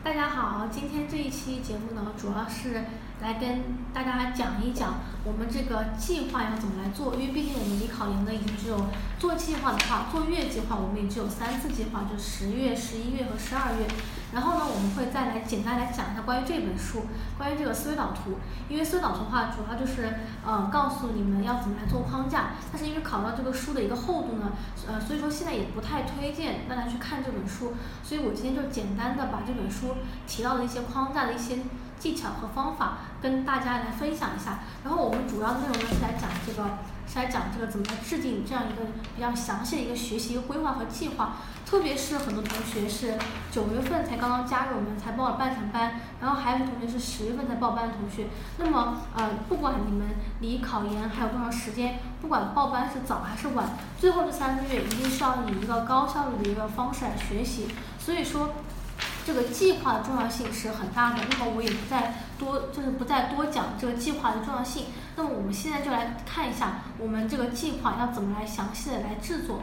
大家好，今天这一期节目呢，主要是来跟大家讲一讲我们这个计划要怎么来做。因为毕竟我们离考研呢，已经只有做计划的话，做月计划我们也只有3次计划，就10月、11月和12月。然后呢，我们会再来简单来讲一下关于这本书，关于这个思维导图。因为思维导图的话，主要就是告诉你们要怎么来做框架。但是因为考到这个书的一个厚度呢，所以说现在也不太推荐大家去看这本书。所以我今天就简单的把这本书提到的一些框架的一些技巧和方法跟大家来分享一下。然后我们主要的内容呢是来讲这个怎么来制定这样一个比较详细的一个学习一个规划和计划。特别是很多同学是9月份才刚刚加入我们，才报了半程班，然后还有同学是10月份才报班的同学。那么不管你们离考研还有多长时间，不管报班是早还是晚，最后这3个月一定是要以一个高效率的一个方式来学习。所以说这个计划的重要性是很大的。那么我也不再多讲这个计划的重要性。那么我们现在就来看一下我们这个计划要怎么来详细的来制作。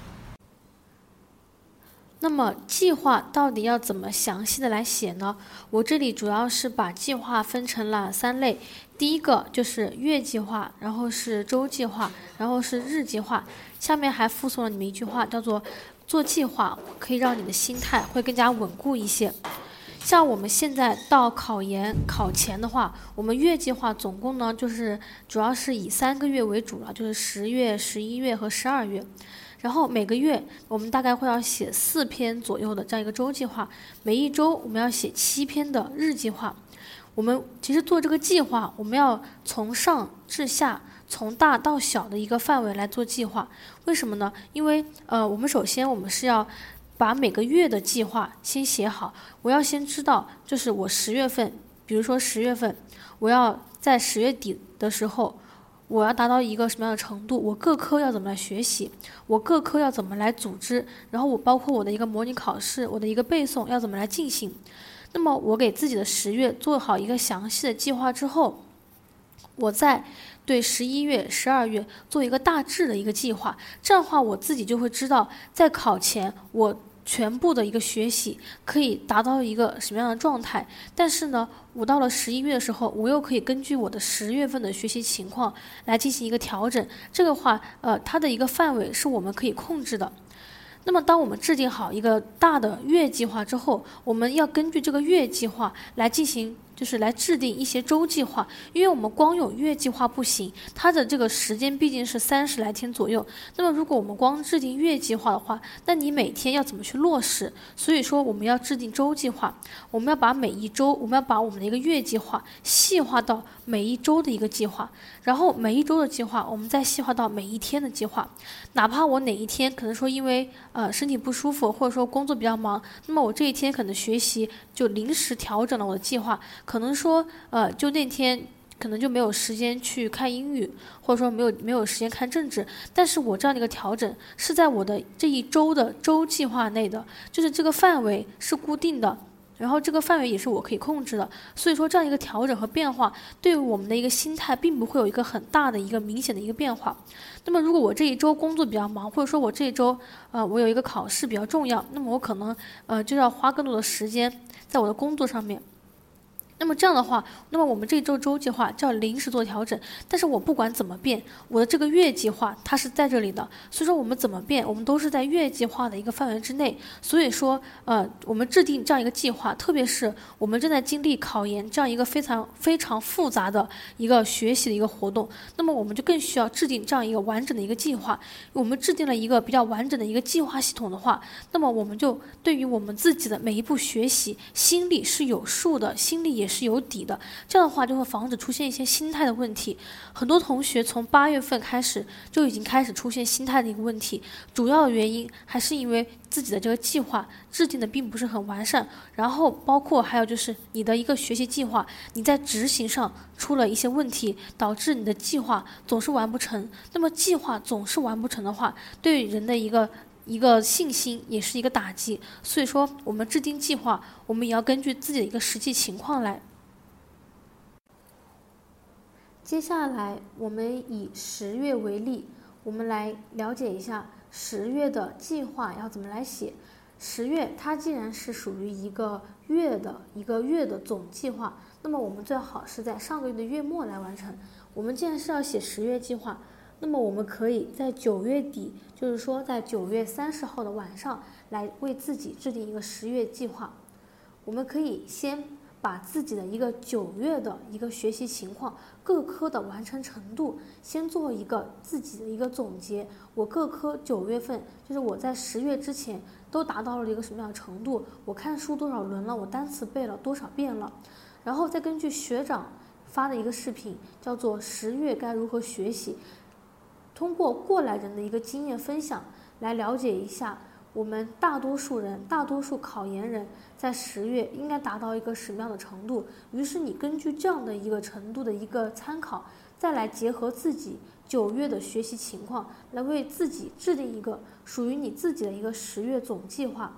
那么计划到底要怎么详细的来写呢？我这里主要是把计划分成了3类。第一个就是月计划，然后是周计划，然后是日计划。下面还附送了你们一句话，叫做做计划可以让你的心态会更加稳固一些。像我们现在到考研考前的话，我们月计划总共呢就是主要是以3个月为主了，就是10月、11月和12月。然后每个月我们大概会要写4篇左右的这样一个周计划，每一周我们要写7篇的日计划。我们其实做这个计划，我们要从上至下，从大到小的一个范围来做计划。为什么呢？因为我们首先是要把每个月的计划先写好。我要先知道，就是我10月份，比如说10月份，我要在10月底的时候，我要达到一个什么样的程度，我各科要怎么来学习，我各科要怎么来组织，然后我包括我的一个模拟考试，我的一个背诵要怎么来进行。那么我给自己的10月做好一个详细的计划之后，我再对11月、12月做一个大致的一个计划。这样的话我自己就会知道，在考前我全部的一个学习可以达到一个什么样的状态。但是呢，我到了11月的时候，我又可以根据我的10月份的学习情况来进行一个调整。这个话它的一个范围是我们可以控制的。那么当我们制定好一个大的月计划之后，我们要根据这个月计划来进行，就是来制定一些周计划。因为我们光有月计划不行，它的这个时间毕竟是30来天左右。那么如果我们光制定月计划的话，那你每天要怎么去落实？所以说我们要制定周计划，我们要把每一周，我们要把我们的一个月计划细化到每一周的一个计划，然后每一周的计划我们再细化到每一天的计划。哪怕我哪一天可能说因为身体不舒服，或者说工作比较忙，那么我这一天可能学习就临时调整了我的计划，可能说就那天可能就没有时间去看英语，或者说没有时间看政治。但是我这样的一个调整是在我的这一周的周计划内的，就是这个范围是固定的，然后这个范围也是我可以控制的。所以说这样一个调整和变化对于我们的一个心态并不会有一个很大的一个明显的一个变化。那么如果我这一周工作比较忙，或者说我这一周我有一个考试比较重要，那么我可能就要花更多的时间在我的工作上面。那么这样的话，那么我们这一周计划就要临时做调整。但是我不管怎么变，我的这个月计划它是在这里的。所以说我们怎么变，我们都是在月计划的一个范围之内。所以说我们制定这样一个计划，特别是我们正在经历考研这样一个非常非常复杂的一个学习的一个活动，那么我们就更需要制定这样一个完整的一个计划。我们制定了一个比较完整的一个计划系统的话，那么我们就对于我们自己的每一步学习心里是有数的，心里也是有底的。这样的话就会防止出现一些心态的问题。很多同学从8月份开始就已经开始出现心态的一个问题，主要的原因还是因为自己的这个计划制定的并不是很完善，然后包括还有就是你的一个学习计划，你在执行上出了一些问题，导致你的计划总是完不成。那么计划总是完不成的话，对人的一个信心也是一个打击。所以说我们制定计划，我们也要根据自己的一个实际情况来。接下来我们以10月为例，我们来了解一下10月的计划要怎么来写。 10月它既然是属于一个月的总计划，那么我们最好是在上个月的月末来完成。我们既然是要写10月计划，那么我们可以在9月底，就是说在9月30号的晚上，来为自己制定一个10月计划。我们可以先把自己的一个9月的一个学习情况，各科的完成程度，先做一个自己的一个总结。我各科9月份，就是我在10月之前都达到了一个什么样的程度？我看书多少轮了？我单词背了多少遍了？然后再根据学长发的一个视频，叫做10月该如何学习，通过过来人的一个经验分享来了解一下我们大多数考研人在10月应该达到一个什么样的程度。于是你根据这样的一个程度的一个参考，再来结合自己9月的学习情况，来为自己制定一个属于你自己的一个10月总计划。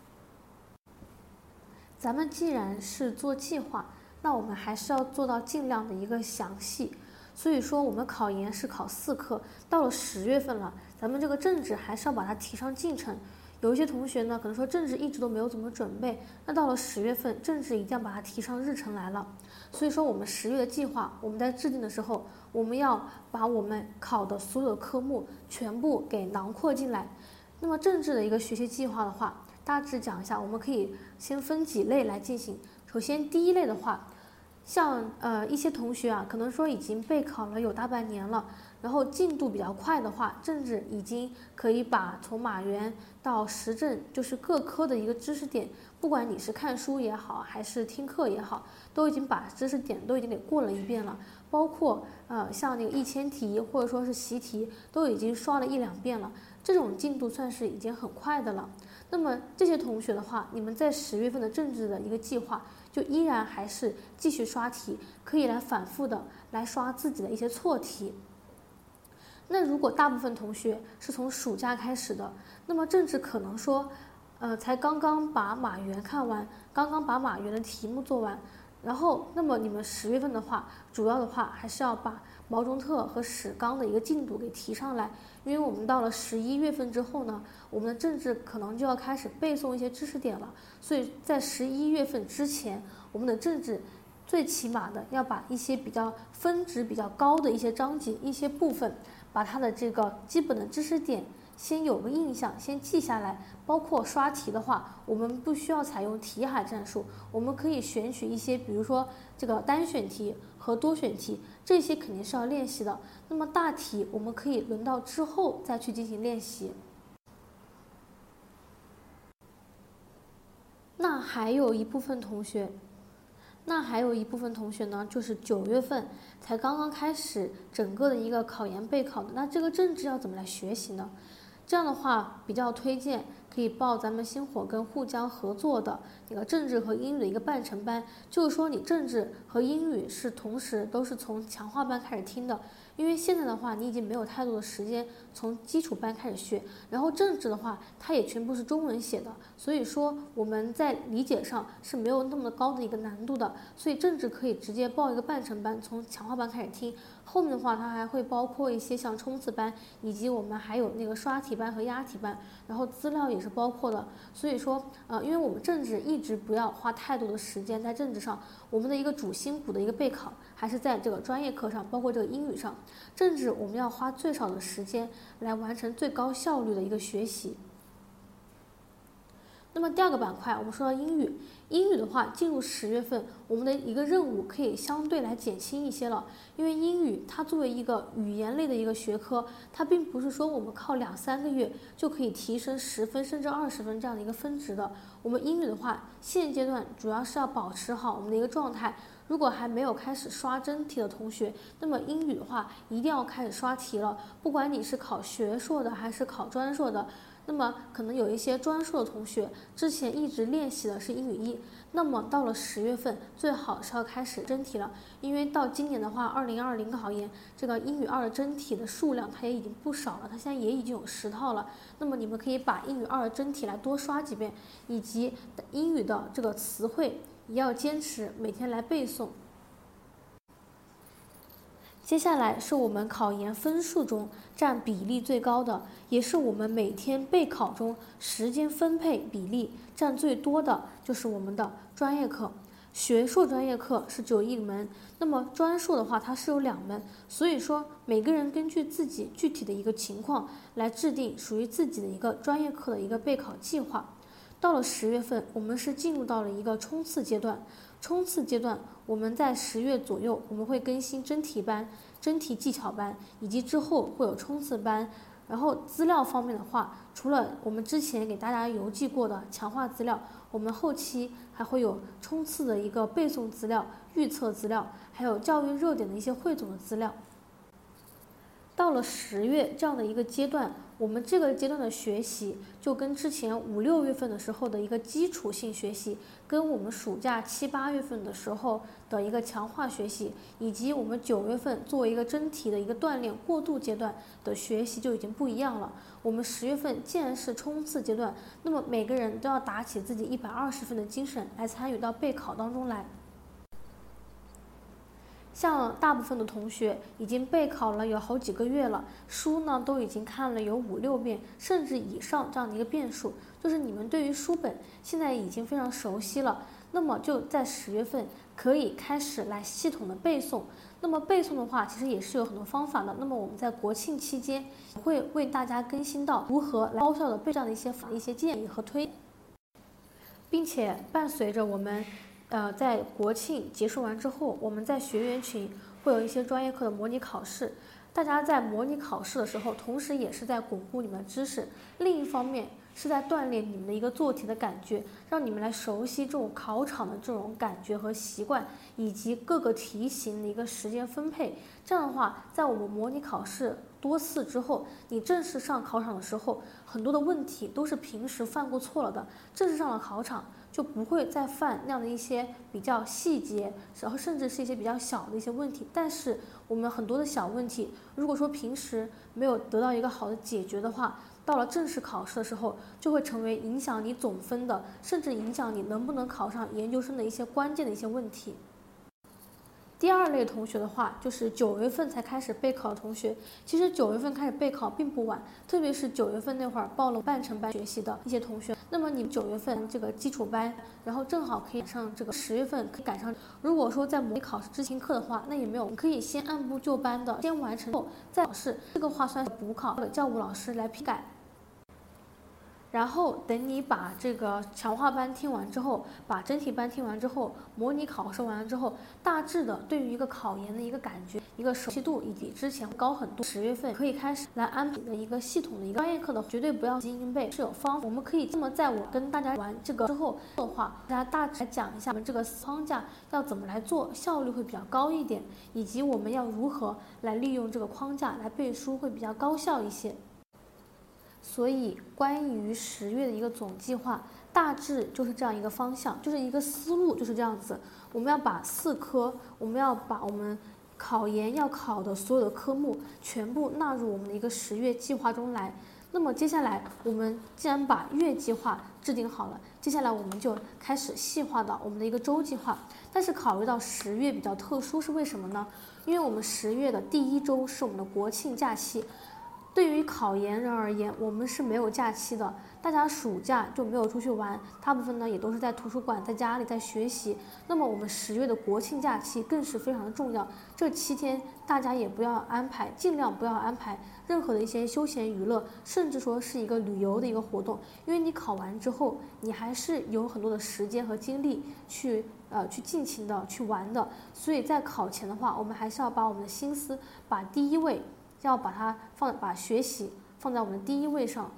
咱们既然是做计划，那我们还是要做到尽量的一个详细。所以说我们考研是考4科，到了10月份了，咱们这个政治还是要把它提上进程。有一些同学呢，可能说政治一直都没有怎么准备，那到了10月份，政治一定要把它提上日程来了。所以说我们10月的计划，我们在制定的时候，我们要把我们考的所有的科目全部给囊括进来。那么政治的一个学习计划的话，大致讲一下，我们可以先分几类来进行。首先第一类的话，像一些同学啊，可能说已经备考了有大半年了，然后进度比较快的话，政治已经可以把从马原到时政，就是各科的一个知识点，不管你是看书也好，还是听课也好，都已经把知识点都已经给过了一遍了，包括像那个1000题或者说是习题，都已经刷了1、2遍了，这种进度算是已经很快的了。那么这些同学的话，你们在10月份的政治的一个计划，就依然还是继续刷题，可以来反复的来刷自己的一些错题。那如果大部分同学是从暑假开始的，那么政治可能说，才刚刚把马原看完，刚刚把马原的题目做完，然后那么你们10月份的话，主要的话还是要把毛中特和史纲的一个进度给提上来，因为我们到了11月份之后呢，我们的政治可能就要开始背诵一些知识点了，所以在11月份之前，我们的政治最起码的要把一些比较分值比较高的一些章节、一些部分，把它的这个基本的知识点先有个印象，先记下来。包括刷题的话，我们不需要采用题海战术，我们可以选取一些，比如说这个单选题和多选题，这些肯定是要练习的。那么大题我们可以轮到之后再去进行练习。那还有一部分同学呢，就是9月份才刚刚开始整个的一个考研备考的。那这个政治要怎么来学习呢？这样的话，比较推荐可以报咱们星火跟沪江合作的那个政治和英语的一个半程班。就是说，你政治和英语是同时都是从强化班开始听的。因为现在的话，你已经没有太多的时间从基础班开始学，然后政治的话，它也全部是中文写的，所以说我们在理解上是没有那么高的一个难度的，所以政治可以直接报一个半程班，从强化班开始听。后面的话，它还会包括一些像冲刺班，以及我们还有那个刷题班和押题班，然后资料也是包括的。所以说，因为我们政治一直不要花太多的时间在政治上，我们的一个主心骨的一个备考还是在这个专业课上，包括这个英语上。政治我们要花最少的时间来完成最高效率的一个学习。那么第二个板块，我们说到英语。英语的话，进入10月份，我们的一个任务可以相对来减轻一些了。因为英语它作为一个语言类的一个学科，它并不是说我们靠2、3个月就可以提升10分甚至20分这样的一个分值的。我们英语的话，现阶段主要是要保持好我们的一个状态。如果还没有开始刷真题的同学，那么英语的话一定要开始刷题了。不管你是考学硕的还是考专硕的，那么可能有一些专硕的同学之前一直练习的是英语1，那么到了10月份最好是要开始真题了，因为到今年的话，2020考研这个英语2的真题的数量它也已经不少了，它现在也已经有10套了。那么你们可以把英语2的真题来多刷几遍，以及英语的这个词汇也要坚持每天来背诵。 接下来是我们考研分数中占比例最高的，也是我们每天备考中时间分配比例占最多的，就是我们的专业课。学硕专业课是只有1门，那么专硕的话它是有2门，所以说每个人根据自己具体的一个情况来制定属于自己的一个专业课的一个备考计划。到了10月份，我们是进入到了一个冲刺阶段。冲刺阶段，我们在10月左右，我们会更新真题班、真题技巧班，以及之后会有冲刺班。然后资料方面的话，除了我们之前给大家邮寄过的强化资料，我们后期还会有冲刺的一个背诵资料、预测资料，还有教育热点的一些汇总的资料。到了10月这样的一个阶段，我们这个阶段的学习就跟之前5、6月份的时候的一个基础性学习，跟我们暑假7、8月份的时候的一个强化学习，以及我们9月份作为一个真题的一个锻炼过渡阶段的学习就已经不一样了。我们10月份既然是冲刺阶段，那么每个人都要打起自己120分的精神来参与到备考当中来。像大部分的同学已经备考了有好几个月了，书呢都已经看了有5、6遍甚至以上这样的一个遍数，就是你们对于书本现在已经非常熟悉了。那么就在10月份可以开始来系统的背诵。那么背诵的话其实也是有很多方法的，那么我们在国庆期间会为大家更新到如何来高效的背这样的一些建议和推，并且伴随着我们在国庆结束完之后，我们在学员群会有一些专业课的模拟考试。大家在模拟考试的时候，同时也是在巩固你们的知识，另一方面是在锻炼你们的一个做题的感觉，让你们来熟悉这种考场的这种感觉和习惯，以及各个题型的一个时间分配。这样的话，在我们模拟考试多次之后，你正式上考场的时候，很多的问题都是平时犯过错了的，正式上了考场就不会再犯那样的一些比较细节，然后甚至是一些比较小的一些问题。但是我们很多的小问题，如果说平时没有得到一个好的解决的话，到了正式考试的时候，就会成为影响你总分的，甚至影响你能不能考上研究生的一些关键的一些问题。第二类同学的话，就是9月份才开始备考的同学。其实9月份开始备考并不晚，特别是9月份那会儿报了半程班学习的一些同学，那么你们9月份这个基础班，然后正好可以上这个10月份可以赶上。如果说在模拟考试之前课的话，那也没有，你可以先按部就班的先完成后再考试，这个话算是补考，教务老师来批改。然后等你把这个强化班听完之后，把真题班听完之后，模拟考试完了之后，大致的对于一个考研的一个感觉、一个熟悉度，以及之前高很多。10月份可以开始来安排的一个系统的一个专业课的，绝对不要精英背，是有方法。我们可以这么，在我跟大家玩这个之后的话，大家大致来讲一下我们这个框架要怎么来做，效率会比较高一点，以及我们要如何来利用这个框架来背书会比较高效一些。所以关于10月的一个总计划，大致就是这样一个方向，就是一个思路，就是这样子。我们要把4科，我们要把我们考研要考的所有的科目全部纳入我们的一个10月计划中来。那么接下来我们既然把月计划制定好了，接下来我们就开始细化到我们的一个周计划。但是考虑到10月比较特殊，是为什么呢？因为我们10月的第1周是我们的国庆假期。对于考研人而言，我们是没有假期的，大家暑假就没有出去玩，大部分呢也都是在图书馆、在家里在学习。那么我们10月的国庆假期更是非常的重要，这7天大家也不要安排，尽量不要安排任何的一些休闲娱乐，甚至说是一个旅游的一个活动，因为你考完之后，你还是有很多的时间和精力去尽情的去玩的。所以在考前的话，我们还是要把我们的心思把第一位。要把学习放在我们的第一位上。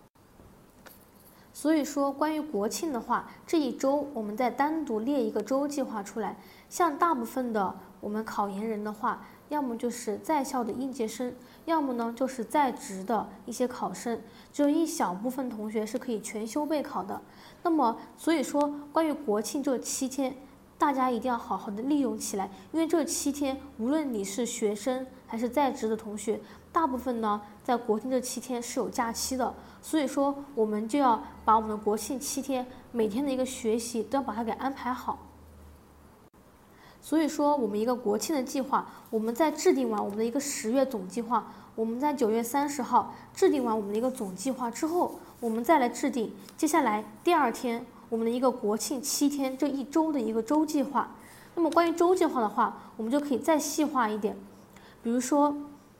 所以说，关于国庆的话，这一周我们再单独列一个周计划出来。像大部分的我们考研人的话，要么就是在校的应届生，要么呢就是在职的一些考生，只有一小部分同学是可以全修备考的。那么，所以说关于国庆这7天。大家一定要好好的利用起来，因为这7天，无论你是学生还是在职的同学，大部分呢在国庆这7天是有假期的，所以说我们就要把我们的国庆7天每天的一个学习都要把它给安排好。 所以说，我们一个国庆的计划，我们在制定完我们的一个10月总计划，我们在9月30号制定完我们的一个总计划之后，我们再来制定接下来第2天我们的一个国庆7天这一周的一个周计划。那么关于周计划的话，我们就可以再细化一点，比如说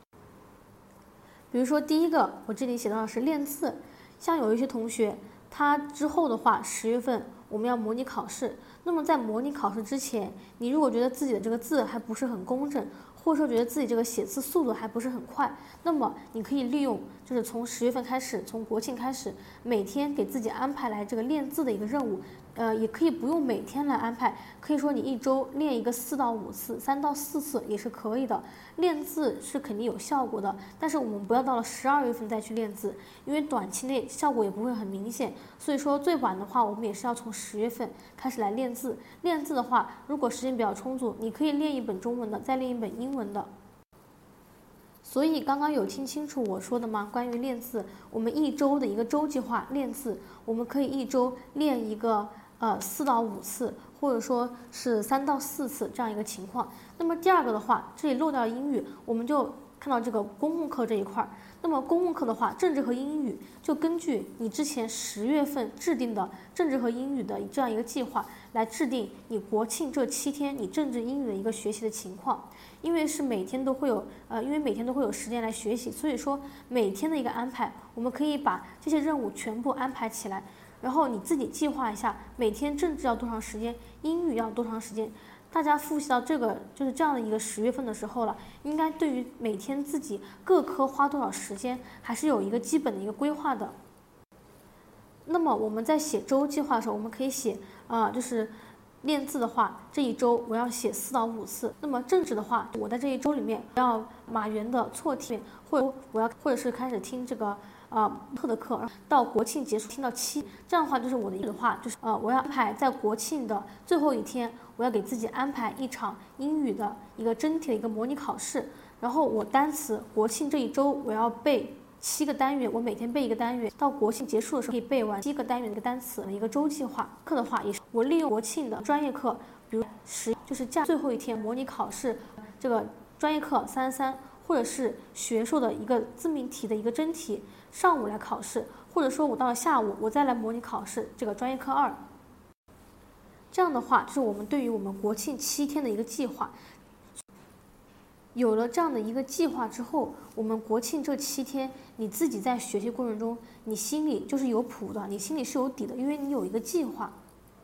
第一个，我这里写到的是练字，像有一些同学，他之后的话10月份我们要模拟考试，那么在模拟考试之前，你如果觉得自己的这个字还不是很工整，或者说觉得自己这个写字速度还不是很快，那么你可以利用就是从10月份开始，从国庆开始，每天给自己安排来这个练字的一个任务。也可以不用每天来安排，可以说你一周练一个4到5次，3到4次也是可以的。练字是肯定有效果的，但是我们不要到了12月份再去练字，因为短期内效果也不会很明显。所以说最晚的话，我们也是要从10月份开始来练字。练字的话，如果时间比较充足，你可以练一本中文的，再练一本英文的。所以刚刚有听清楚我说的吗？关于练字，我们一周的一个周计划练字，我们可以一周练一个4到5次，或者说是3到4次这样一个情况。那么第二个的话，这里漏掉英语，我们就看到这个公共课这一块儿。那么公共课的话，政治和英语就根据你之前10月份制定的政治和英语的这样一个计划来制定你国庆这7天你政治英语的一个学习的情况。因为每天都会有时间来学习，所以说每天的一个安排，我们可以把这些任务全部安排起来，然后你自己计划一下，每天政治要多长时间，英语要多长时间。大家复习到这个就是这样的一个10月份的时候了，应该对于每天自己各科花多少时间，还是有一个基本的一个规划的。那么我们在写周计划的时候，我们可以写就是练字的话，这一周我要写4到5次。那么政治的话，我在这一周里面要马原的错题，或者是开始听这个课的课，到国庆结束听到7，这样的话就是我的话就是我要安排在国庆的最后一天，我要给自己安排一场英语的一个真题的一个模拟考试，然后我单词国庆这一周我要背7个单元，我每天背1个单元，到国庆结束的时候可以背完7个单元的一个单词的一个周计划。课的话也是我利用国庆的专业课，比如就是假最后一天模拟考试这个专业课333，或者是学术的一个自命题的一个真题，上午来考试，或者说我到了下午我再来模拟考试这个专业课2。这样的话就是我们对于我们国庆7天的一个计划。有了这样的一个计划之后，我们国庆这7天，你自己在学习过程中，你心里就是有谱的，你心里是有底的，因为你有一个计划。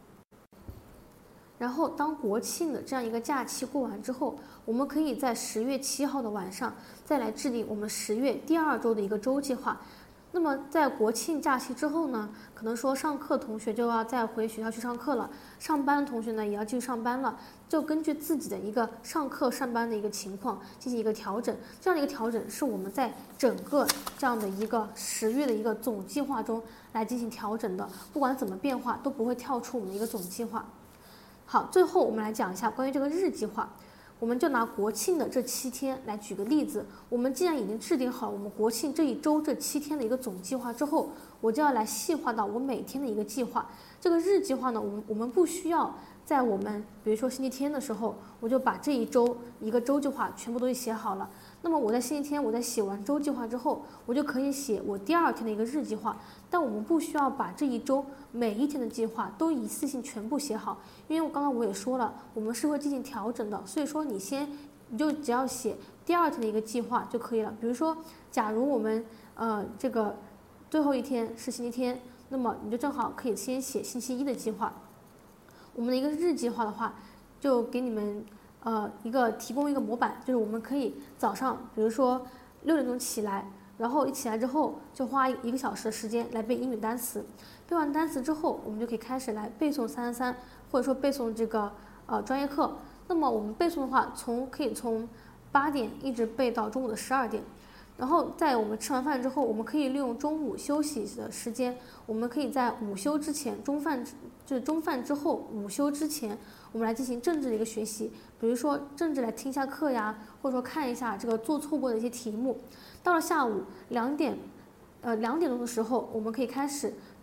然后当国庆的这样一个假期过完之后，我们可以在10月7号的晚上再来制定我们10月第2周的一个周计划。那么在国庆假期之后呢，可能说上课同学就要再回学校去上课了，上班的同学呢也要继续上班了，就根据自己的一个上课上班的一个情况进行一个调整。这样的一个调整是我们在整个这样的一个10月的一个总计划中来进行调整的，不管怎么变化都不会跳出我们的一个总计划。好，最后我们来讲一下关于这个日计划。我们就拿国庆的这7天来举个例子，我们既然已经制定好我们国庆这一周这7天的一个总计划之后，我就要来细化到我每天的一个计划。这个日计划呢，我们不需要在我们比如说星期天的时候，我就把这一周一个周计划全部都写好了。那么我在星期天我在写完周计划之后，我就可以写我第2天的一个日计划。但我们不需要把这一周每一天的计划都一次性全部写好，因为刚刚我也说了，我们是会进行调整的，所以说你就只要写第2天的一个计划就可以了。比如说，假如我们这个最后一天是星期天，那么你就正好可以先写星期一的计划。我们的一个日计划的话，就给你们提供一个模板，就是我们可以早上比如说6点钟起来，然后一起来之后就花1个小时的时间来背英语单词，背完单词之后，我们就可以开始来背诵333，或者说背诵这个专业课。那么我们背诵的话，可以从8点一直背到中午的12点。然后在我们吃完饭之后，我们可以利用中午休息的时间，我们可以在午休之前，中饭之后，午休之前，我们来进行政治的一个学习，比如说政治来听一下课呀，或者说看一下这个做错过的一些题目。到了下午2点钟的时候，我们可以开始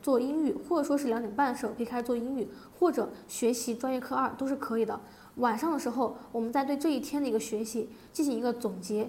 做英语，或者说是2点半的时候可以开始做英语，或者学习专业课2都是可以的。晚上的时候，我们再对这一天的一个学习进行一个总结。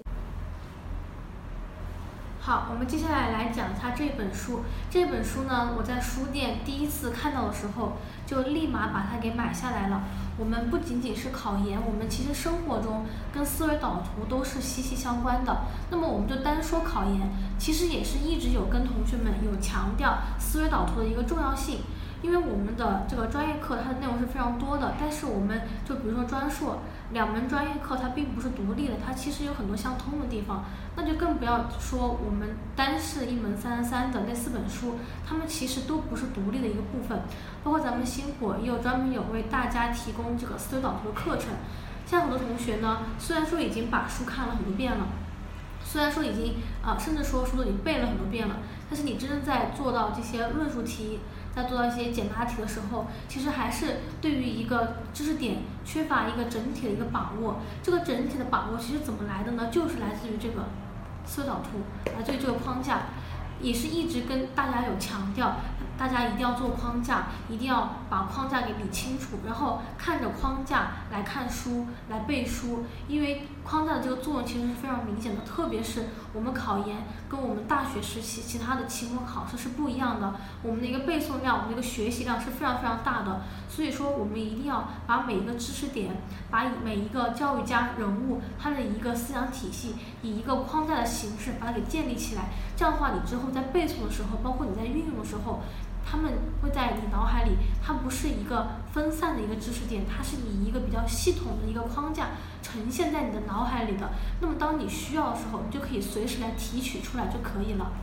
好，我们接下来来讲一下这本书。这本书呢，我在书店第一次看到的时候，就立马把它给买下来了。我们不仅仅是考研，我们其实生活中跟思维导图都是息息相关的。那么我们就单说考研，其实也是一直有跟同学们有强调思维导图的一个重要性。因为我们的这个专业课它的内容是非常多的，但是我们就比如说专硕2门专业课它并不是独立的，它其实有很多相通的地方，那就更不要说我们单是一门333的那4本书，它们其实都不是独立的一个部分。包括咱们星火也有专门为大家提供这个思维导图的课程。像很多同学呢，虽然说已经把书看了很多遍了，虽然说已经甚至说书都已经背了很多遍了，但是你真正在做到这些论述题，在做到一些简答题的时候，其实还是对于一个知识点缺乏一个整体的一个把握。这个整体的把握其实怎么来的呢？就是来自于这个思维导图，来自于这个框架，也是一直跟大家有强调，大家一定要做框架，一定要把框架给理清楚，然后看着框架来看书，来背书。因为框架的这个作用其实是非常明显的，特别是我们考研跟我们大学时期其他的期末考试是不一样的，我们的一个背诵量，我们的一个学习量是非常非常大的。所以说我们一定要把每一个知识点，把每一个教育家人物他的一个思想体系，以一个框架的形式把它给建立起来。这样的话，你之后在背诵的时候，包括你在运用的时候，他们会在你脑海里，它不是一个分散的一个知识点，它是以一个比较系统的一个框架呈现在你的脑海里的。那么当你需要的时候，你就可以随时来提取出来就可以了。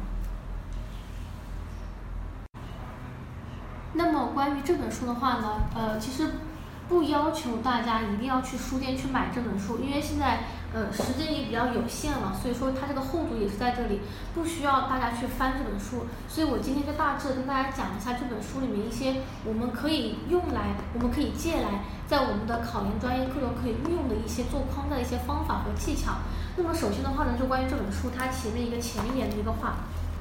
那么关于这本书的话呢，其实不要求大家一定要去书店去买这本书，因为现在时间也比较有限了，所以说它这个厚度也是在这里，不需要大家去翻这本书。所以我今天就大致跟大家讲一下这本书里面一些我们可以用来，我们可以借来，在我们的考研专业课中可以运用的一些做框架的一些方法和技巧。那么首先的话呢，就关于这本书它前面一个前言的一个话，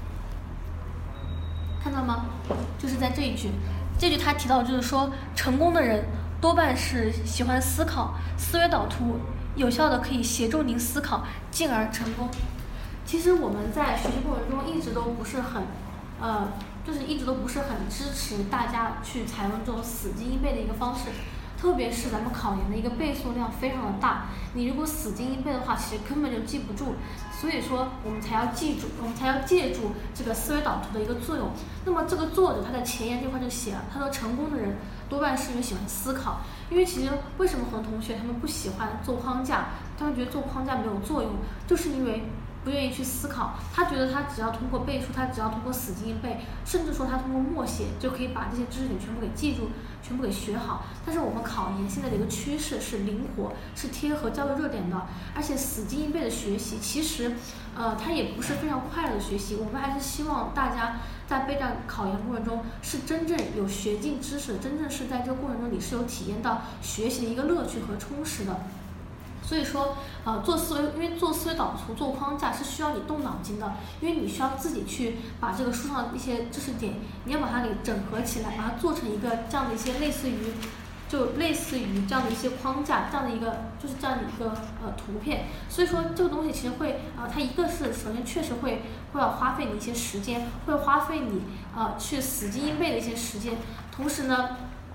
看到吗？就是在这一句，这句他提到就是说，成功的人多半是喜欢思考，思维导图有效的可以协助您思考，进而成功。其实我们在学习过程中一直都不是很，一直都不是很支持大家去采用这种死记硬背的一个方式。特别是咱们考研的一个背诵量非常的大，你如果死记硬背的话，其实根本就记不住。所以说我们才要记住，我们才要借助这个思维导图的一个作用。那么这个作者他在前言这块就写了，他说成功的人多半是因为喜欢思考。因为其实为什么很多同学他们不喜欢做框架，他们觉得做框架没有作用，就是因为不愿意去思考。他觉得他只要通过背书，他只要通过死记硬背，甚至说他通过默写就可以把这些知识点全部给记住，全部给学好。但是我们考研现在的一个趋势是灵活，是贴合教育热点的，而且死记硬背的学习其实它也不是非常快乐的学习。我们还是希望大家在备战考研过程中是真正有学进知识，真正是在这个过程中你是有体验到学习的一个乐趣和充实的。所以说因为做思维导图做框架是需要你动脑筋的，因为你需要自己去把这个书上的一些知识点，你要把它给整合起来，把它做成一个这样的一些类似于这样的一些框架，这样的一个图片。所以说这个东西其实会它一个是首先确实会要花费你一些时间，会花费你去死记硬背的一些时间，同时呢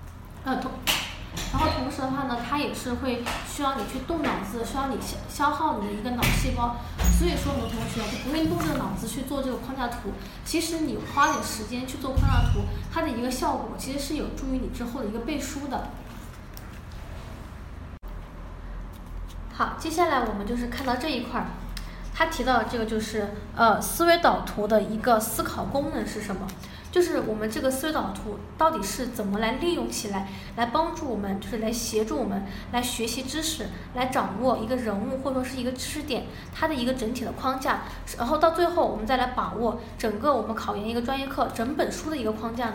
然后同时的话呢，它也是会需要你去动脑子，需要你消耗你的一个脑细胞。所以说很多同学就不愿意动这个脑子去做这个框架图。其实你花点时间去做框架图，它的一个效果其实是有助于你之后的一个背书的。好，接下来我们就是看到这一块，他提到的这个就是思维导图的一个思考功能是什么？就是我们这个思维导图到底是怎么来利用起来，来帮助我们，就是来协助我们来学习知识，来掌握一个人物或者说是一个知识点它的一个整体的框架，然后到最后我们再来把握整个我们考研一个专业课整本书的一个框架呢。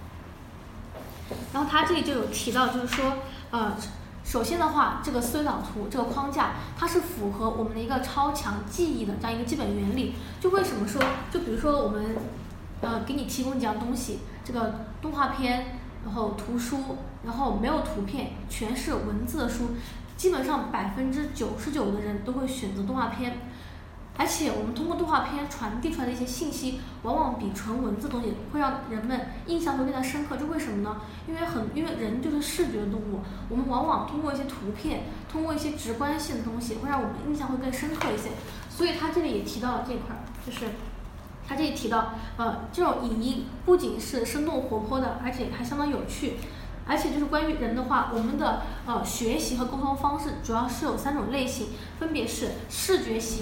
然后他这里就有提到，就是说首先的话，这个思维导图这个框架，它是符合我们的一个超强记忆的这样一个基本原理。就为什么说，就比如说我们给你提供几样东西， 这个动画片，然后图书，然后没有图片，全是文字的书，基本上99%的人都会选择动画片。而且我们通过动画片传递出来的一些信息，往往比纯文字的东西会让人们印象会更加深刻。这为什么呢？因为人就是视觉动物，我们往往通过一些图片，通过一些直观性的东西，会让我们印象会更深刻一些。所以他这里也提到了这一块，就是他这里提到，这种影音不仅是生动活泼的，而且还相当有趣。而且就是关于人的话，我们的学习和沟通方式主要是有3种类型，分别是视觉型、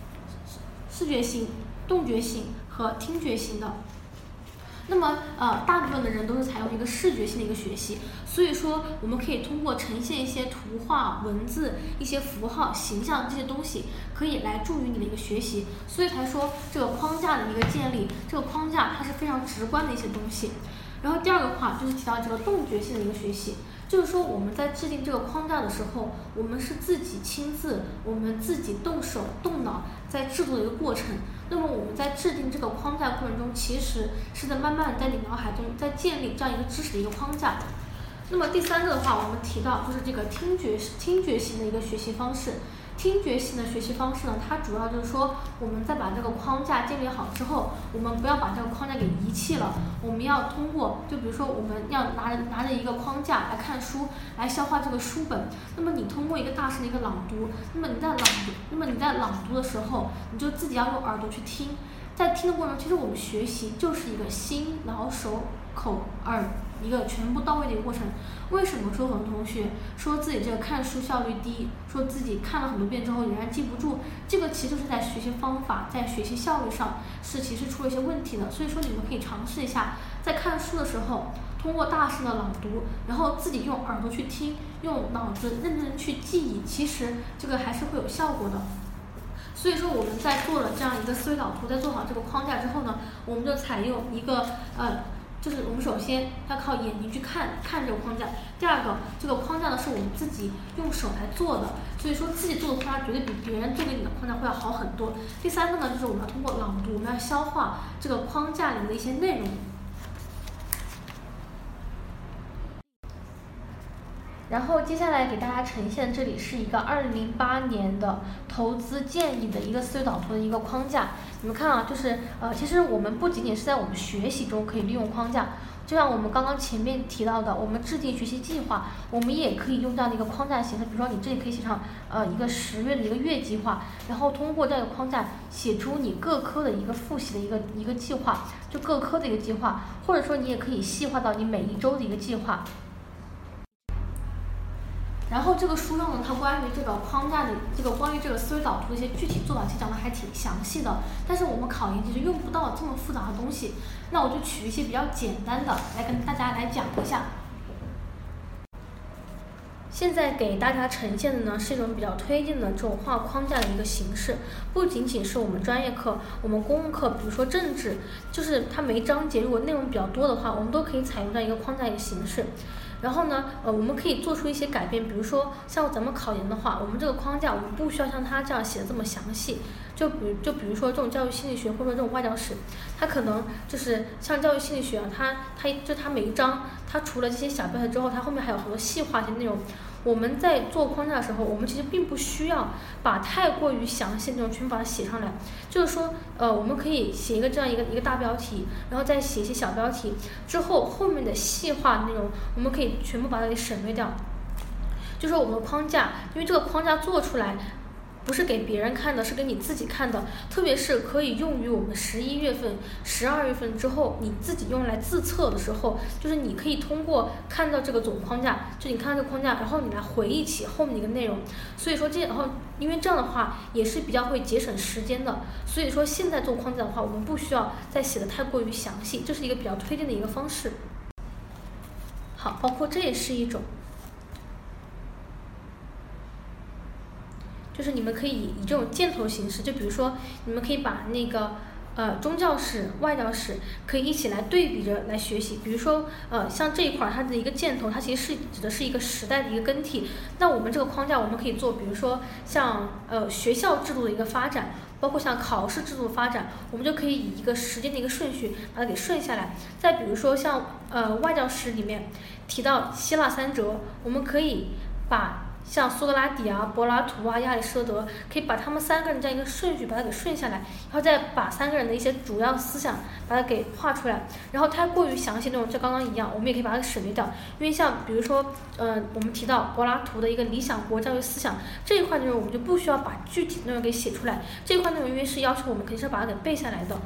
动觉型和听觉型的。那么大部分的人都是采用一个视觉性的一个学习，所以说我们可以通过呈现一些图画、文字、一些符号、形象这些东西，可以来助于你的一个学习。所以才说这个框架的一个建立，这个框架它是非常直观的一些东西。然后第二个话就是提到这个动觉性的一个学习，就是说我们在制定这个框架的时候，我们是自己亲自，我们自己动手动脑在制作的一个过程。那么我们在制定这个框架过程中，其实是在慢慢的在你脑海中在建立这样一个知识的一个框架。那么第3个的话，我们提到就是这个听觉型的一个学习方式。听觉型的学习方式呢，它主要就是说，我们在把这个框架建立好之后，我们不要把这个框架给遗弃了，我们要通过，就比如说我们要拿着一个框架来看书，来消化这个书本。那么你通过一个大声的一个朗读，那么你在朗读的时候，你就自己要用耳朵去听，在听的过程中，其实我们学习就是一个心、脑、手、口、耳一个全部到位的一个过程。为什么说很多同学说自己这个看书效率低，说自己看了很多遍之后仍然记不住，这个其实就是在学习方法、在学习效率上其实出了一些问题的。所以说你们可以尝试一下，在看书的时候，通过大声的朗读，然后自己用耳朵去听，用脑子认真去记忆，其实这个还是会有效果的。所以说我们在做了这样一个思维导图，在做好这个框架之后呢，我们就采用一个就是我们首先要靠眼睛去看这个框架。第二个，这个框架呢是我们自己用手来做的，所以说自己做的框架绝对比别人做给你的框架会要好很多。第3个呢，就是我们要通过朗读，我们要消化这个框架里面的一些内容。然后接下来给大家呈现，这里是一个2008年的投资建议的一个思维导图的一个框架。你们看啊，就是其实我们不仅仅是在我们学习中可以利用框架，就像我们刚刚前面提到的，我们制定学习计划，我们也可以用这样的一个框架形式。比如说你这里可以写上一个10月的一个月计划，然后通过这个框架写出你各科的一个复习的一个计划，就各科的一个计划，或者说你也可以细化到你每一周的一个计划。然后这个书上呢，它关于这个框架的关于这个思维导图的一些具体做法，其实讲的还挺详细的。但是我们考研其实用不到这么复杂的东西，那我就取一些比较简单的来跟大家来讲一下。现在给大家呈现的呢是一种比较推荐的这种画框架的一个形式，不仅仅是我们专业课，我们公共课，比如说政治，就是它每一章节如果内容比较多的话，我们都可以采用这样一个框架一个形式。然后呢，我们可以做出一些改变，比如说像咱们考研的话，我们这个框架我们不需要像它这样写的这么详细，就比如说这种教育心理学或者这种外教史，它可能就是像教育心理学啊，它每一章它除了这些小标题之后，它后面还有很多细化的内容。我们在做框架的时候，我们其实并不需要把太过于详细的内容全部把它写上来，就是说我们可以写一个这样一个大标题，然后再写一些小标题，之后后面的细化内容我们可以全部把它给省略掉。就是我们的框架，因为这个框架做出来不是给别人看的，是给你自己看的，特别是可以用于我们11月份、12月份之后，你自己用来自测的时候，就是你可以通过看到这个总框架，就你看到这个框架，然后你来回忆起后面的一个内容。所以说然后因为这样的话也是比较会节省时间的，所以说现在做框架的话，我们不需要再写的太过于详细，这是一个比较推荐的一个方式。好，包括这也是一种。就是你们可以以这种箭头形式，就比如说你们可以把那个中教史、外教史可以一起来对比着来学习。比如说像这一块它的一个箭头，它其实是指的是一个时代的一个更替。那我们这个框架我们可以做，比如说像学校制度的一个发展， 包括像考试制度发展，我们就可以以一个时间的一个顺序把它给顺下来。再比如说像外教史里面提到希腊三哲，我们可以把像苏格拉底啊、柏拉图啊、亚里士多德，可以把他们3个人这样一个顺序把它给顺下来，然后再把3个人的一些主要思想把它给画出来。然后太过于详细内容，就刚刚一样，我们也可以把它省略掉。因为像比如说，我们提到柏拉图的一个理想国教育思想这一块内容，我们就不需要把具体内容给写出来。这一块内容因为是要求我们肯定是把它给背下来的。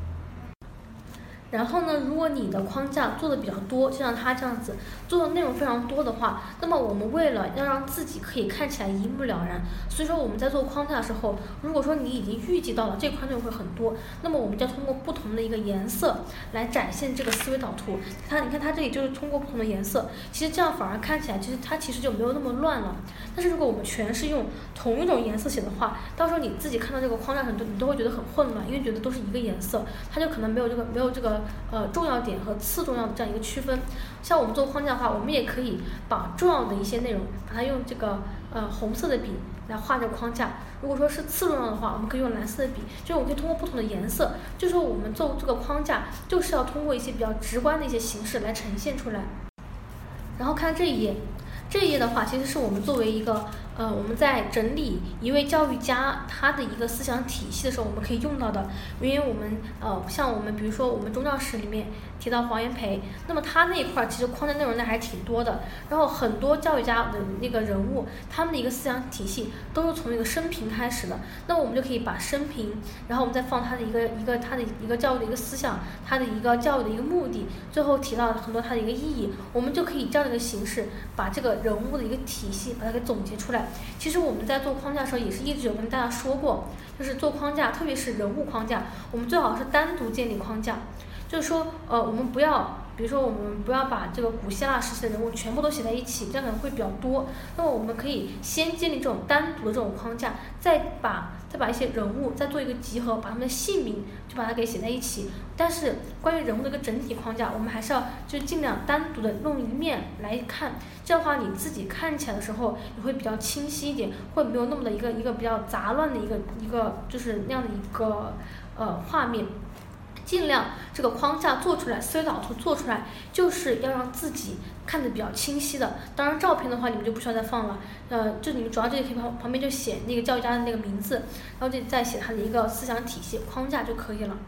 然后呢，如果你的框架做的比较多，就像他这样子做的内容非常多的话，那么我们为了要让自己可以看起来一目了然，所以说我们在做框架的时候，如果说你已经预计到了这块内容会很多，那么我们就要通过不同的一个颜色来展现这个思维导图。你看它这里就是通过不同的颜色，其实这样反而看起来它其实就没有那么乱了。但是如果我们全是用同一种颜色写的话，到时候你自己看到这个框架上，你都会觉得很混乱，因为觉得都是一个颜色，它就可能没有这个重要点和次重要的这样一个区分。像我们做框架的话，我们也可以把重要的一些内容，把它用这个红色的笔来画这个框架。如果说是次重要的话，我们可以用蓝色的笔，就是我们可以通过不同的颜色，就是说我们做这个框架就是要通过一些比较直观的一些形式来呈现出来。然后看这一页。这一页的话，其实是我们作为一个我们在整理一位教育家他的一个思想体系的时候，我们可以用到的。因为我们像我们比如说我们宗教史里面提到黄炎培，那么他那一块其实框架内容还是挺多的。然后很多教育家的那个人物，他们的一个思想体系都是从一个生平开始的。那么我们就可以把生平，然后我们再放他的他的一个教育的一个思想，他的一个教育的一个目的，最后提到很多他的一个意义，我们就可以这样的一个形式把这个人物的一个体系把它给总结出来。其实我们在做框架的时候也是一直有跟大家说过，就是做框架，特别是人物框架，我们最好是单独建立框架。就是说我们不要，比如说我们不要把这个古希腊时期的人物全部都写在一起，这样可能会比较多。那么我们可以先建立这种单独的这种框架，再把一些人物再做一个集合，把他们的姓名就把它给写在一起。但是关于人物的一个整体框架，我们还是要就尽量单独的弄一面来看，这样的话你自己看起来的时候也会比较清晰一点，会没有那么的一个比较杂乱的一个就是那样的一个画面。尽量这个框架做出来，思维导图做出来，就是要让自己看得比较清晰的。当然照片的话你们就不需要再放了，就你们主要这里可以旁边就写那个教育家的那个名字，然后就再写他的一个思想体系框架就可以了。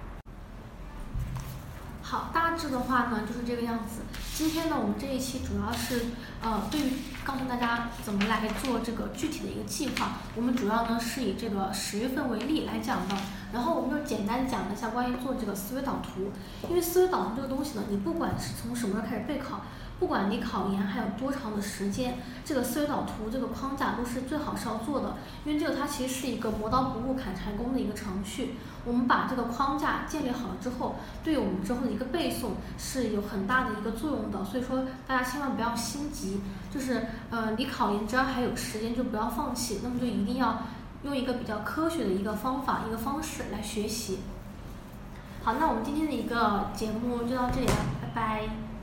好，大致的话呢就是这个样子。今天呢我们这一期主要是对于告诉大家怎么来做这个具体的一个计划，我们主要呢是以这个10月份为例来讲的。然后我们就简单讲了一下关于做这个思维导图。因为思维导图这个东西呢，你不管是从什么时候开始备考，不管你考研还有多长的时间，这个思维导图这个框架都是最好是要做的。因为这个它其实是一个磨刀不误砍柴工的一个程序。我们把这个框架建立好了之后，对我们之后的一个背诵是有很大的一个作用的。所以说大家千万不要心急，就是离考研只要还有时间就不要放弃，那么就一定要用一个比较科学的一个方法一个方式来学习。好，那我们今天的一个节目就到这里了，拜拜。